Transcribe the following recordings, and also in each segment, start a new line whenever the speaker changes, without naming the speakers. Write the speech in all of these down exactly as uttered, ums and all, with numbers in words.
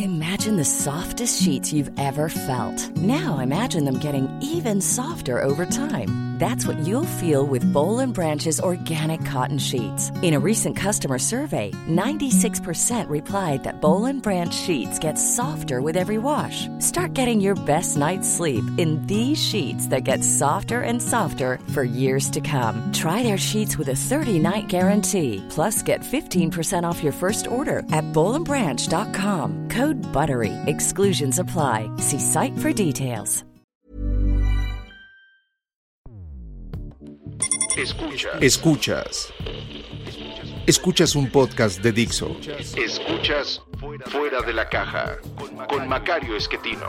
Imagine the softest sheets you've ever felt. Now imagine them getting even softer over time. That's what you'll feel with Boll and Branch's organic cotton sheets. In a recent customer survey, ninety-six percent replied that Boll and Branch sheets get softer with every wash. Start getting your best night's sleep in these sheets that get softer and softer for years to come. Try their sheets with a thirty-night guarantee. Plus, get fifteen percent off your first order at boll and branch dot com. Code BUTTERY. Exclusions apply. See site for details.
Escuchas. Escuchas. Escuchas un podcast de Dixo. Escuchas Fuera de la Caja con Macario Esquetino.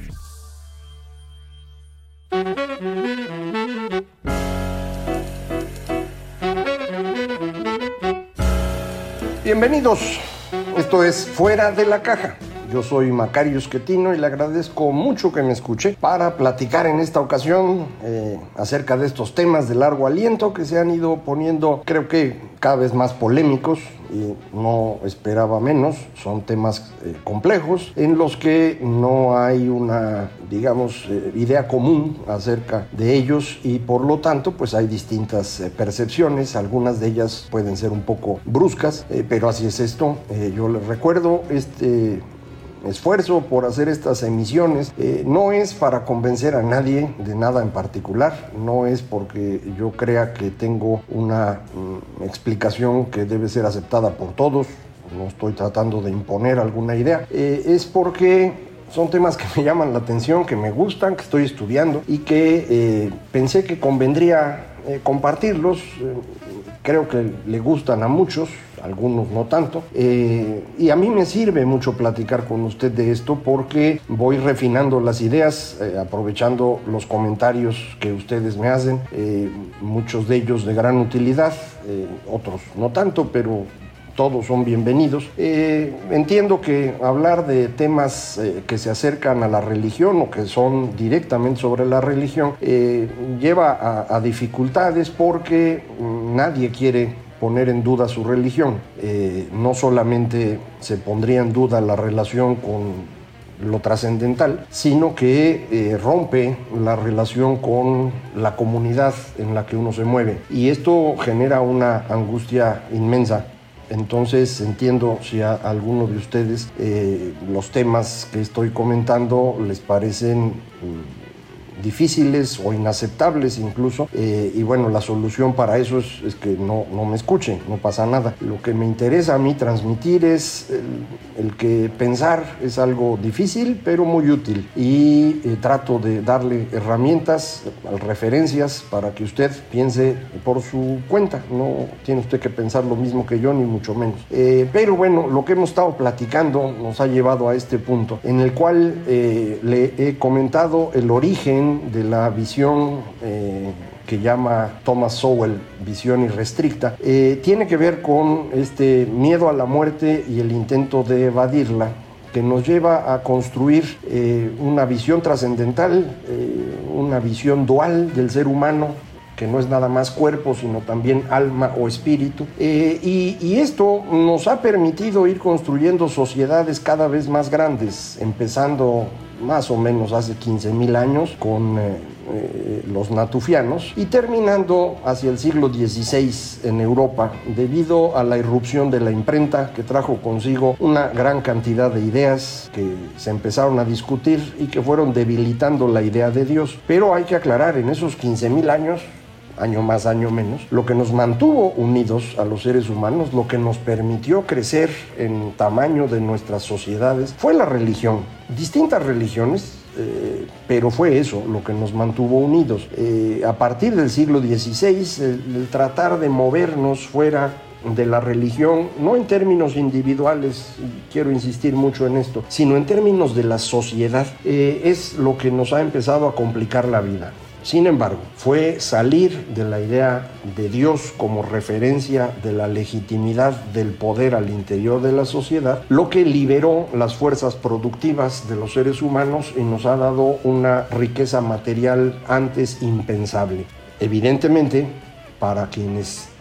Bienvenidos. Esto es Fuera de la Caja. Yo soy Macario Esquetino y le agradezco mucho que me escuche para platicar en esta ocasión eh, acerca de estos temas de largo aliento que se han ido poniendo, creo que cada vez más polémicos, y no esperaba menos. Son temas eh, complejos en los que no hay una, digamos, eh, idea común acerca de ellos y por lo tanto pues hay distintas eh, percepciones. Algunas de ellas pueden ser un poco bruscas, eh, pero así es esto. Eh, yo les recuerdo este esfuerzo por hacer estas emisiones eh, no es para convencer a nadie de nada en particular, no es porque yo crea que tengo una mm, explicación que debe ser aceptada por todos, no estoy tratando de imponer alguna idea, eh, es porque son temas que me llaman la atención, que me gustan, que estoy estudiando y que eh, pensé que convendría eh, compartirlos. Eh, creo que le gustan a muchos, algunos no tanto, eh, y a mí me sirve mucho platicar con usted de esto porque voy refinando las ideas, eh, aprovechando los comentarios que ustedes me hacen, eh, muchos de ellos de gran utilidad, eh, otros no tanto, pero todos son bienvenidos. Eh, entiendo que hablar de temas eh, que se acercan a la religión o que son directamente sobre la religión eh, lleva a, a dificultades porque nadie quiere poner en duda su religión. Eh, no solamente se pondría en duda la relación con lo trascendental, sino que eh, rompe la relación con la comunidad en la que uno se mueve. Y esto genera una angustia inmensa. Entonces entiendo si a alguno de ustedes eh, los temas que estoy comentando les parecen mm, difíciles o inaceptables incluso, eh, y bueno, la solución para eso es, es que no, no me escuchen, no pasa nada. Lo que me interesa a mí transmitir es el, el que pensar es algo difícil pero muy útil y eh, trato de darle herramientas, referencias para que usted piense por su cuenta. No tiene usted que pensar lo mismo que yo ni mucho menos, eh, pero bueno, lo que hemos estado platicando nos ha llevado a este punto en el cual eh, le he comentado el origen de la visión eh, que llama Thomas Sowell, visión irrestricta. Eh, tiene que ver con este miedo a la muerte y el intento de evadirla, que nos lleva a construir eh, una visión trascendental, eh, una visión dual del ser humano, que no es nada más cuerpo, sino también alma o espíritu. Eh, y, y esto nos ha permitido ir construyendo sociedades cada vez más grandes, empezando más o menos hace quince mil años con eh, eh, los natufianos y terminando hacia el siglo dieciséis en Europa, debido a la irrupción de la imprenta que trajo consigo una gran cantidad de ideas que se empezaron a discutir y que fueron debilitando la idea de Dios. Pero hay que aclarar, en esos quince mil años, año más, año menos, lo que nos mantuvo unidos a los seres humanos, lo que nos permitió crecer en tamaño de nuestras sociedades, fue la religión. Distintas religiones, eh, pero fue eso lo que nos mantuvo unidos. Eh, a partir del siglo dieciséis, el, el tratar de movernos fuera de la religión, no en términos individuales, y quiero insistir mucho en esto, sino en términos de la sociedad, eh, es lo que nos ha empezado a complicar la vida. Sin embargo, fue salir de la idea de Dios como referencia de la legitimidad del poder al interior de la sociedad lo que liberó las fuerzas productivas de los seres humanos y nos ha dado una riqueza material antes impensable. Evidentemente, para quienes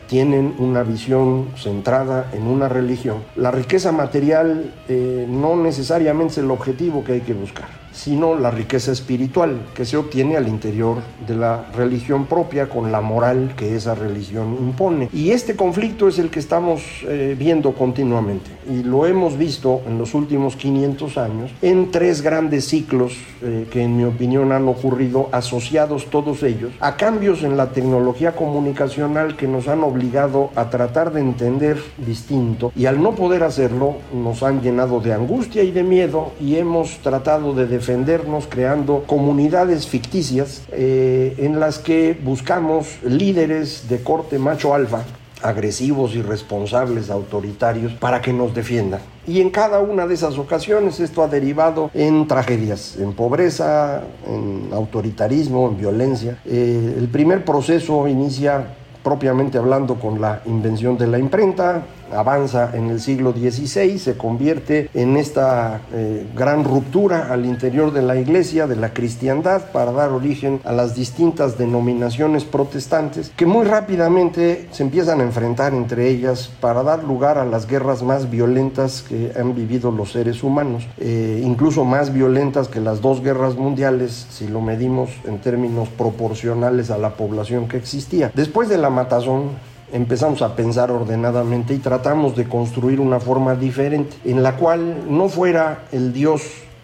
tienen una visión centrada en una religión, la riqueza material eh, no necesariamente es el objetivo que hay que buscar, sino la riqueza espiritual que se obtiene al interior de la religión propia con la moral que esa religión impone. Y este conflicto es el que estamos eh, viendo continuamente y lo hemos visto en los últimos quinientos años en tres grandes ciclos eh, que en mi opinión han ocurrido, asociados todos ellos a cambios en la tecnología comunicacional que nos han obligado a tratar de entender distinto, y al no poder hacerlo nos han llenado de angustia y de miedo, y hemos tratado de defendernos creando comunidades ficticias eh, en las que buscamos líderes de corte macho alfa, agresivos, irresponsables, autoritarios, para que nos defiendan. Y en cada una de esas ocasiones esto ha derivado en tragedias, en pobreza, en autoritarismo, en violencia. Eh, el primer proceso inicia propiamente hablando con la invención de la imprenta, avanza en el siglo dieciséis, se convierte en esta eh, gran ruptura al interior de la iglesia, de la cristiandad, para dar origen a las distintas denominaciones protestantes que muy rápidamente se empiezan a enfrentar entre ellas para dar lugar a las guerras más violentas que han vivido los seres humanos, eh, incluso más violentas que las dos guerras mundiales si lo medimos en términos proporcionales a la población que existía. Después de la matazón empezamos a pensar ordenadamente y tratamos de construir una forma diferente en la cual no fuera el Dios,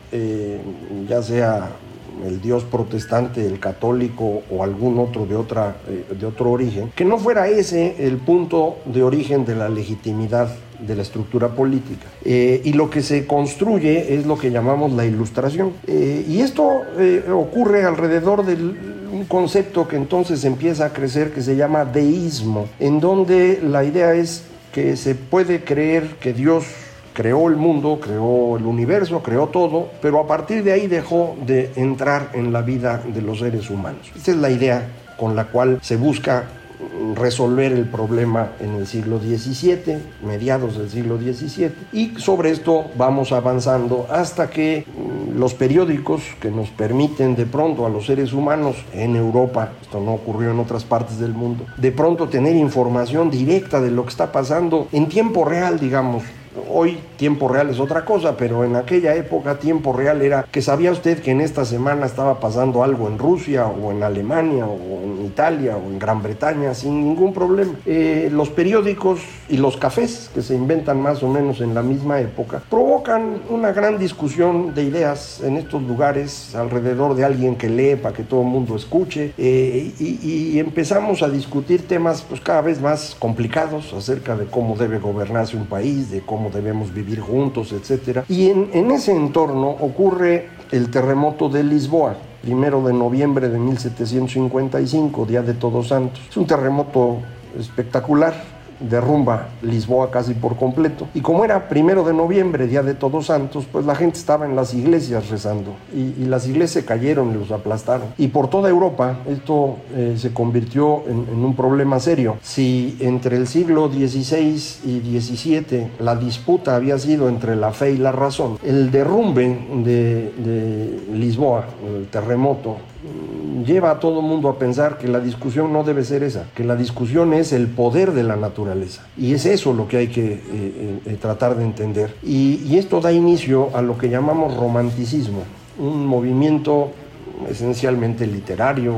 eh, ya sea el Dios protestante, el católico o algún otro de, otra, eh, de otro origen, que no fuera ese el punto de origen de la legitimidad de la estructura política. Eh, y lo que se construye es lo que llamamos la ilustración. Eh, y esto eh, ocurre alrededor del un concepto que entonces empieza a crecer que se llama deísmo, en donde la idea es que se puede creer que Dios creó el mundo, creó el universo, creó todo, pero a partir de ahí dejó de entrar en la vida de los seres humanos. Esta es la idea con la cual se busca resolver el problema en el siglo diecisiete, mediados del siglo diecisiete, y sobre esto vamos avanzando hasta que los periódicos que nos permiten de pronto a los seres humanos en Europa, esto no ocurrió en otras partes del mundo, de pronto tener información directa de lo que está pasando en tiempo real, digamos. Hoy tiempo real es otra cosa, pero en aquella época tiempo real era que sabía usted que en esta semana estaba pasando algo en Rusia o en Alemania o en Italia o en Gran Bretaña sin ningún problema. Eh, los periódicos y los cafés que se inventan más o menos en la misma época provocan una gran discusión de ideas en estos lugares alrededor de alguien que lee para que todo el mundo escuche, eh, y, y empezamos a discutir temas pues cada vez más complicados acerca de cómo debe gobernarse un país, de cómo debemos vivir juntos, etcétera. Y en, en ese entorno ocurre el terremoto de Lisboa, primero de noviembre de mil setecientos cincuenta y cinco, Día de Todos Santos. Es un terremoto espectacular, derrumba Lisboa casi por completo, y como era primero de noviembre, Día de Todos Santos, pues la gente estaba en las iglesias rezando, y, y las iglesias se cayeron y los aplastaron, y por toda Europa esto eh, se convirtió en, en un problema serio. Si entre el siglo dieciséis y diecisiete la disputa había sido entre la fe y la razón, el derrumbe de, de Lisboa, el terremoto, lleva a todo el mundo a pensar que la discusión no debe ser esa, que la discusión es el poder de la naturaleza, y es eso lo que hay que eh, eh, tratar de entender, y, y esto da inicio a lo que llamamos romanticismo, un movimiento esencialmente literario,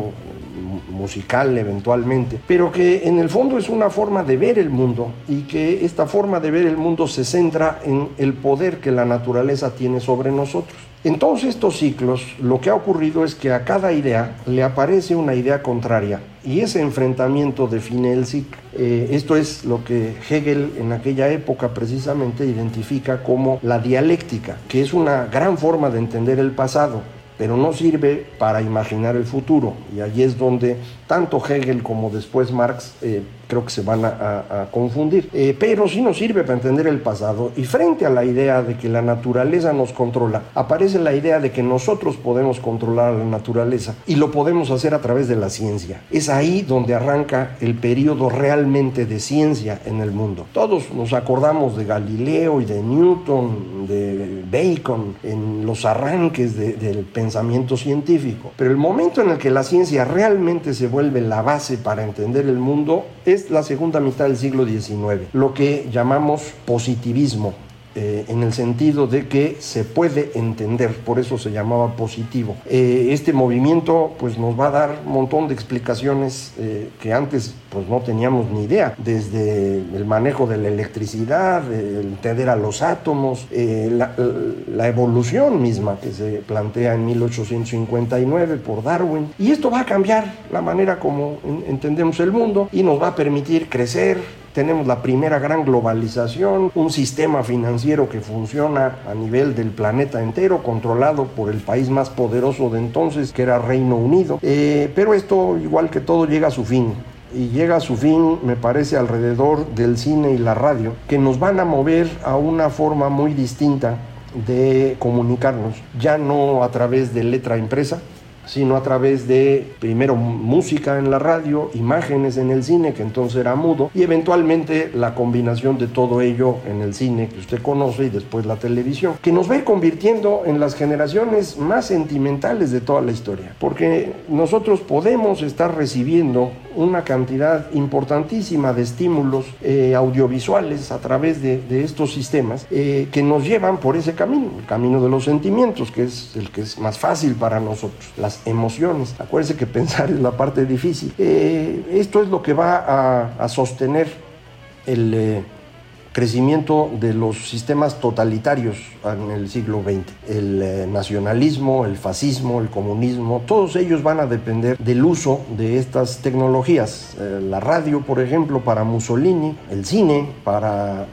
musical eventualmente, pero que en el fondo es una forma de ver el mundo, y que esta forma de ver el mundo se centra en el poder que la naturaleza tiene sobre nosotros. En todos estos ciclos lo que ha ocurrido es que a cada idea le aparece una idea contraria, y ese enfrentamiento define el ciclo. Eh, esto es lo que Hegel en aquella época precisamente identifica como la dialéctica, que es una gran forma de entender el pasado, pero no sirve para imaginar el futuro, y allí es donde tanto Hegel como después Marx eh, creo que se van a, a, a confundir, eh, pero sí nos sirve para entender el pasado, y frente a la idea de que la naturaleza nos controla, aparece la idea de que nosotros podemos controlar a la naturaleza, y lo podemos hacer a través de la ciencia. Es ahí donde arranca el periodo realmente de ciencia en el mundo. Todos nos acordamos de Galileo y de Newton, de Bacon, en en los arranques de, del pensamiento científico. Pero el momento en el que la ciencia realmente se vuelve la base para entender el mundo es la segunda mitad del siglo diecinueve, lo que llamamos positivismo. Eh, en el sentido de que se puede entender, por eso se llamaba positivo. Eh, este movimiento pues nos va a dar un montón de explicaciones eh, que antes pues no teníamos ni idea, desde el manejo de la electricidad, el entender a los átomos, eh, la, la evolución misma que se plantea en mil ochocientos cincuenta y nueve por Darwin, y esto va a cambiar la manera como entendemos el mundo y nos va a permitir crecer. Tenemos la primera gran globalización, un sistema financiero que funciona a nivel del planeta entero, controlado por el país más poderoso de entonces, que era Reino Unido. Eh, pero esto, igual que todo, llega a su fin. Y llega a su fin, me parece, alrededor del cine y la radio, que nos van a mover a una forma muy distinta de comunicarnos, ya no a través de letra impresa, sino a través de, primero, música en la radio, imágenes en el cine, que entonces era mudo, y eventualmente la combinación de todo ello en el cine que usted conoce y después la televisión, que nos va a ir convirtiendo en las generaciones más sentimentales de toda la historia, porque nosotros podemos estar recibiendo una cantidad importantísima de estímulos eh, audiovisuales a través de, de estos sistemas eh, que nos llevan por ese camino, el camino de los sentimientos, que es el que es más fácil para nosotros, las emociones. Acuérdense que pensar es la parte difícil. Eh, esto es lo que va a, a sostener el eh, crecimiento de los sistemas totalitarios en el siglo veinte. El eh, nacionalismo, el fascismo, el comunismo, todos ellos van a depender del uso de estas tecnologías. Eh, la radio, por ejemplo, para Mussolini, el cine para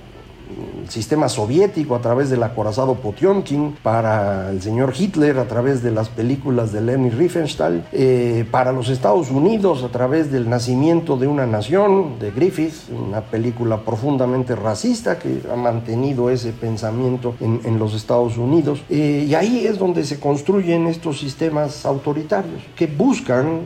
el sistema soviético a través del acorazado Potiomkin, para el señor Hitler a través de las películas de Leni Riefenstahl, eh, para los Estados Unidos a través del Nacimiento de una Nación de Griffith, una película profundamente racista que ha mantenido ese pensamiento en, en los Estados Unidos, eh, y ahí es donde se construyen estos sistemas autoritarios que buscan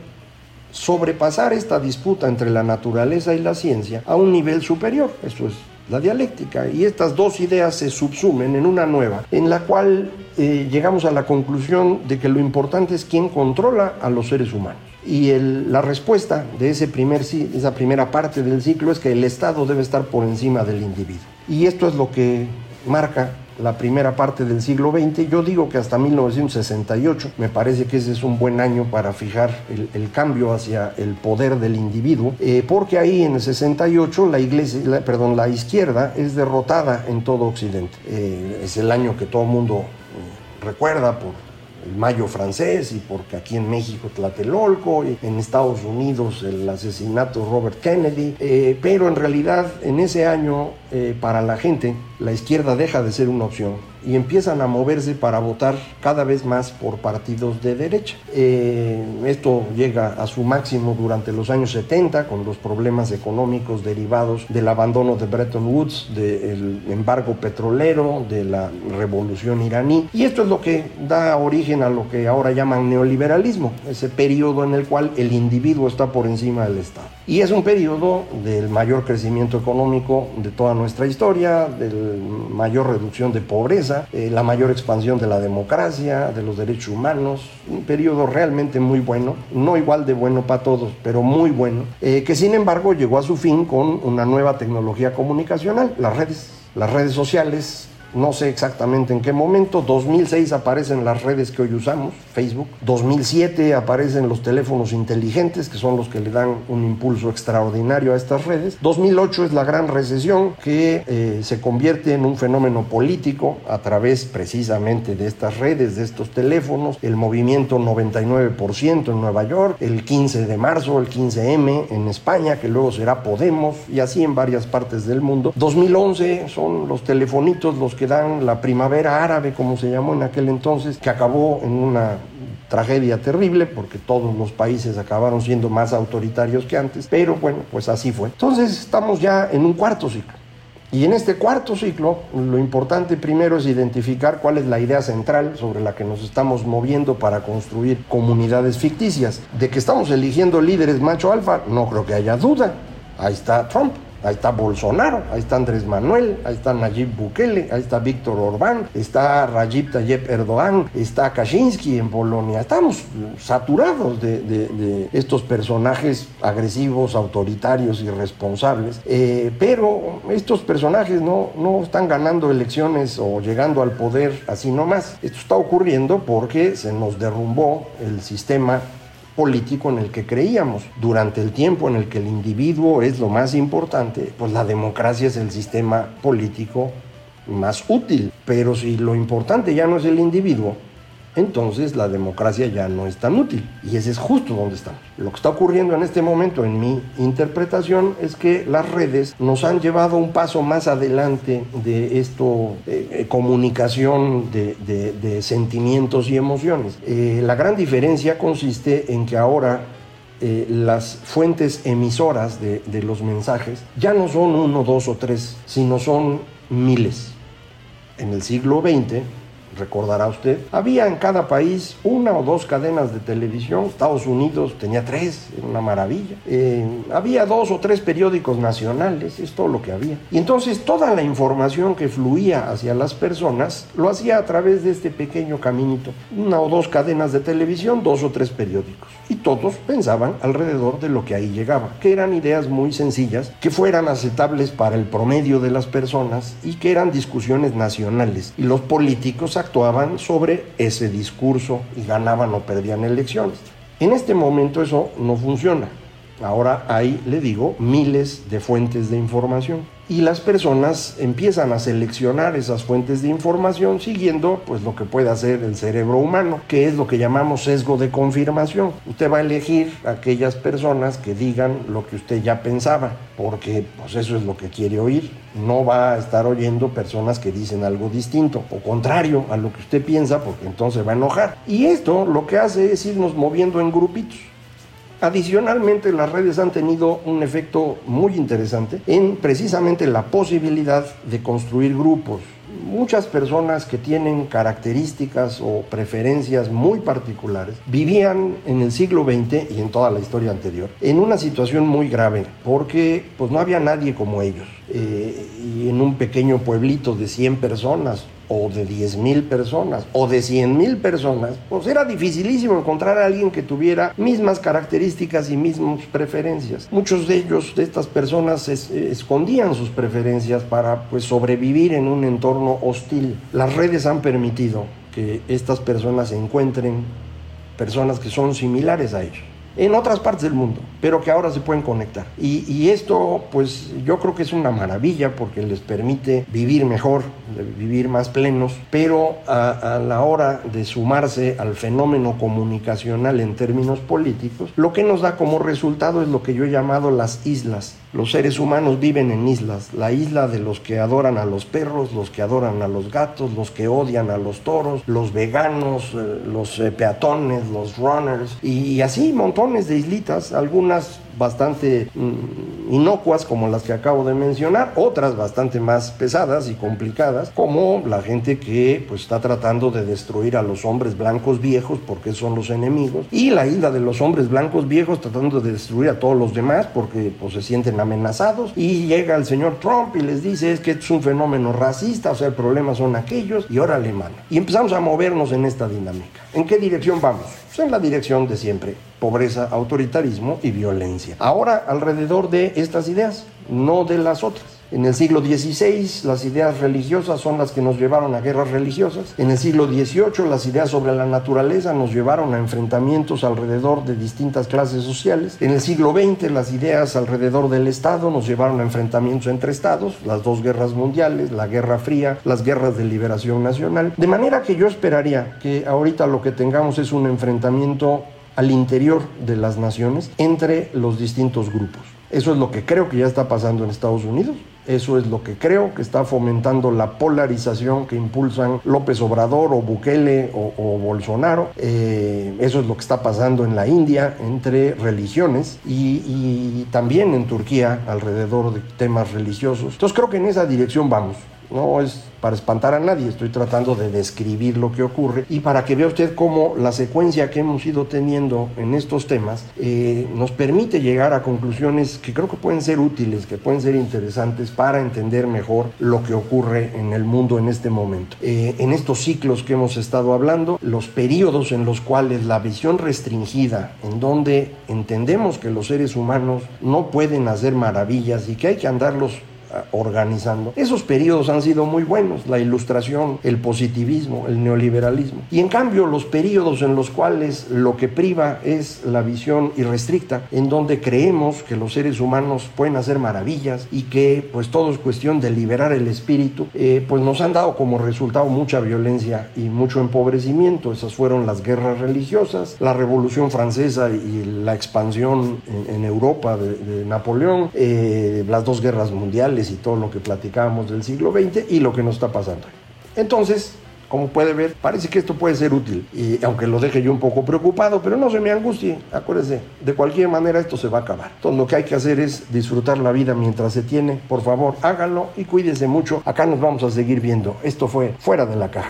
sobrepasar esta disputa entre la naturaleza y la ciencia a un nivel superior. Eso es la dialéctica, y estas dos ideas se subsumen en una nueva, en la cual eh, llegamos a la conclusión de que lo importante es quién controla a los seres humanos. Y el, la respuesta de ese primer, esa primera parte del ciclo es que el Estado debe estar por encima del individuo. Y esto es lo que marca la primera parte del siglo veinte. Yo digo que hasta mil novecientos sesenta y ocho, me parece que ese es un buen año para fijar el, el cambio hacia el poder del individuo, eh, porque ahí en el sesenta y ocho la iglesia, la, perdón, la izquierda es derrotada en todo Occidente. Eh, es el año que todo el mundo eh, recuerda por el Mayo francés, y porque aquí en México Tlatelolco, y en Estados Unidos el asesinato de Robert Kennedy, eh, pero en realidad en ese año eh, para la gente la izquierda deja de ser una opción y empiezan a moverse para votar cada vez más por partidos de derecha. Eh, esto llega a su máximo durante los años setenta, con los problemas económicos derivados del abandono de Bretton Woods, del embargo petrolero, de la revolución iraní, y esto es lo que da origen a lo que ahora llaman neoliberalismo, ese periodo en el cual el individuo está por encima del Estado. Y es un periodo del mayor crecimiento económico de toda nuestra historia, de mayor reducción de pobreza, eh, la mayor expansión de la democracia, de los derechos humanos, un periodo realmente muy bueno, no igual de bueno para todos, pero muy bueno, eh, que sin embargo llegó a su fin con una nueva tecnología comunicacional, las redes, las redes sociales. No sé exactamente en qué momento. dos mil seis aparecen las redes que hoy usamos, Facebook. dos mil siete aparecen los teléfonos inteligentes, que son los que le dan un impulso extraordinario a estas redes. dos mil ocho es la gran recesión, que eh, se convierte en un fenómeno político a través precisamente de estas redes, de estos teléfonos. El movimiento noventa y nueve por ciento en Nueva York, el quince de marzo, el quince eme en España, que luego será Podemos, y así en varias partes del mundo. dos mil once son los telefonitos los que dan la primavera árabe, como se llamó en aquel entonces, que acabó en una tragedia terrible porque todos los países acabaron siendo más autoritarios que antes, pero bueno, pues así fue. Entonces estamos ya en un cuarto ciclo. Y en este cuarto ciclo, lo importante primero es identificar cuál es la idea central sobre la que nos estamos moviendo para construir comunidades ficticias. De que estamos eligiendo líderes macho alfa, no creo que haya duda. Ahí está Trump. Ahí está Bolsonaro, ahí está Andrés Manuel, ahí está Nayib Bukele, ahí está Víctor Orbán, está Recep Tayyip Erdogan, está Kaczynski en Polonia. Estamos saturados de, de, de estos personajes agresivos, autoritarios, irresponsables, eh, pero estos personajes no, no están ganando elecciones o llegando al poder así nomás. Esto está ocurriendo porque se nos derrumbó el sistema político en el que creíamos. Durante el tiempo en el que el individuo es lo más importante, pues la democracia es el sistema político más útil. Pero si lo importante ya no es el individuo, entonces la democracia ya no es tan útil. Y ese es justo donde estamos. Lo que está ocurriendo en este momento, en mi interpretación, es que las redes nos han llevado un paso más adelante de esto, eh, comunicación de, de, de sentimientos y emociones. Eh, la gran diferencia consiste en que ahora eh, las fuentes emisoras de, de los mensajes ya no son uno, dos o tres, sino son miles. En el siglo veinte, recordará usted, había en cada país una o dos cadenas de televisión. Estados Unidos tenía tres, era una maravilla. Eh, había dos o tres periódicos nacionales, es todo lo que había. Y entonces toda la información que fluía hacia las personas lo hacía a través de este pequeño caminito. Una o dos cadenas de televisión, dos o tres periódicos. Y todos pensaban alrededor de lo que ahí llegaba, que eran ideas muy sencillas, que fueran aceptables para el promedio de las personas y que eran discusiones nacionales. Y los políticos actuaban sobre ese discurso y ganaban o perdían elecciones. En este momento eso no funciona. Ahora hay, le digo, miles de fuentes de información. Y las personas empiezan a seleccionar esas fuentes de información siguiendo pues lo que puede hacer el cerebro humano, que es lo que llamamos sesgo de confirmación. Usted va a elegir a aquellas personas que digan lo que usted ya pensaba, porque pues eso es lo que quiere oír. No va a estar oyendo personas que dicen algo distinto o contrario a lo que usted piensa, porque entonces va a enojar. Y esto lo que hace es irnos moviendo en grupitos. Adicionalmente, las redes han tenido un efecto muy interesante en precisamente la posibilidad de construir grupos. Muchas personas que tienen características o preferencias muy particulares vivían en el siglo veinte y en toda la historia anterior en una situación muy grave porque pues, no había nadie como ellos. Eh, y en un pequeño pueblito de cien personas o de diez mil personas o de cien mil personas, pues era dificilísimo encontrar a alguien que tuviera mismas características y mismas preferencias. Muchos de ellos, de estas personas, es, eh, escondían sus preferencias para pues, sobrevivir en un entorno hostil. Las redes han permitido que estas personas encuentren personas que son similares a ellos en otras partes del mundo, pero que ahora se pueden conectar. Y, y esto, pues, yo creo que es una maravilla porque les permite vivir mejor, vivir más plenos, pero a, a la hora de sumarse al fenómeno comunicacional en términos políticos, lo que nos da como resultado es lo que yo he llamado las islas. Los seres humanos viven en islas, la isla de los que adoran a los perros, los que adoran a los gatos, los que odian a los toros, los veganos, eh, los eh, peatones, los runners, y, y así montones de islitas, algunas bastante mm, inocuas como las que acabo de mencionar, otras bastante más pesadas y complicadas, como la gente que pues está tratando de destruir a los hombres blancos viejos porque son los enemigos, y la isla de los hombres blancos viejos tratando de destruir a todos los demás porque pues se sienten amenazados, y llega el señor Trump y les dice es que es un fenómeno racista, o sea el problema son aquellos, y órale mano, y empezamos a movernos en esta dinámica. ¿En qué dirección vamos? Pues en la dirección de siempre: pobreza, autoritarismo y violencia. Ahora alrededor de estas ideas, no de las otras. En el siglo dieciséis las ideas religiosas son las que nos llevaron a guerras religiosas. En el siglo dieciocho las ideas sobre la naturaleza nos llevaron a enfrentamientos alrededor de distintas clases sociales. En el siglo veinte las ideas alrededor del Estado nos llevaron a enfrentamientos entre estados, las dos guerras mundiales, la Guerra Fría, las guerras de liberación nacional. De manera que yo esperaría que ahorita lo que tengamos es un enfrentamiento al interior de las naciones entre los distintos grupos. Eso es lo que creo que ya está pasando en Estados Unidos. Eso es lo que creo que está fomentando la polarización que impulsan López Obrador o Bukele o, o Bolsonaro. Eh, eso es lo que está pasando en la India entre religiones y, y también en Turquía alrededor de temas religiosos. Entonces creo que en esa dirección vamos. no es para espantar a nadie, estoy tratando de describir lo que ocurre y para que vea usted cómo la secuencia que hemos ido teniendo en estos temas eh, nos permite llegar a conclusiones que creo que pueden ser útiles, que pueden ser interesantes para entender mejor lo que ocurre en el mundo en este momento. Eh, en estos ciclos que hemos estado hablando, los periodos en los cuales la visión restringida, en donde entendemos que los seres humanos no pueden hacer maravillas y que hay que andarlos organizando. Esos periodos han sido muy buenos, la ilustración, el positivismo, el neoliberalismo. Y en cambio los periodos en los cuales lo que priva es la visión irrestricta, en donde creemos que los seres humanos pueden hacer maravillas y que pues todo es cuestión de liberar el espíritu, eh, pues nos han dado como resultado mucha violencia y mucho empobrecimiento. Esas fueron las guerras religiosas, la Revolución Francesa y la expansión en, en Europa de, de Napoleón, eh, las dos guerras mundiales y todo lo que platicábamos del siglo veinte y lo que nos está pasando. Entonces, como puede ver, parece que esto puede ser útil, y aunque lo deje yo un poco preocupado, pero no se me angustie, acuérdese, de cualquier manera esto se va a acabar. Entonces lo que hay que hacer es disfrutar la vida mientras se tiene. Por favor, háganlo y cuídese mucho. Acá nos vamos a seguir viendo. Esto fue Fuera de la Caja.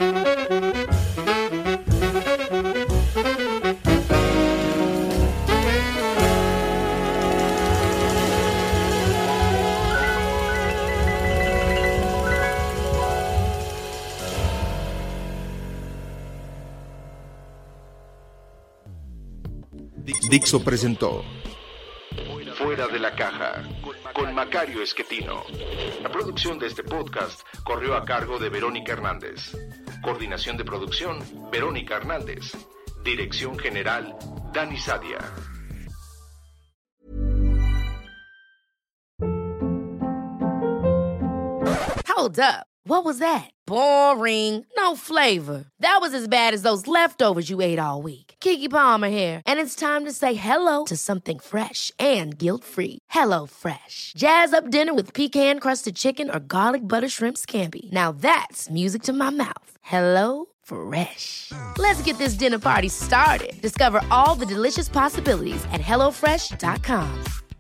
Dixo presentó Fuera de la Caja con Macario Esquetino. La producción de este podcast corrió a cargo de Verónica Hernández. Coordinación de producción, Verónica Hernández. Dirección general, Dani Sadia.
Hold up. What was that? Boring. No flavor. That was as bad as those leftovers you ate all week. Keke Palmer here, and it's time to say hello to something fresh and guilt-free. Hello Fresh. Jazz up dinner with pecan-crusted chicken or garlic butter shrimp scampi. Now that's music to my mouth. Hello Fresh. Let's get this dinner party started. Discover all the delicious possibilities at hello fresh dot com.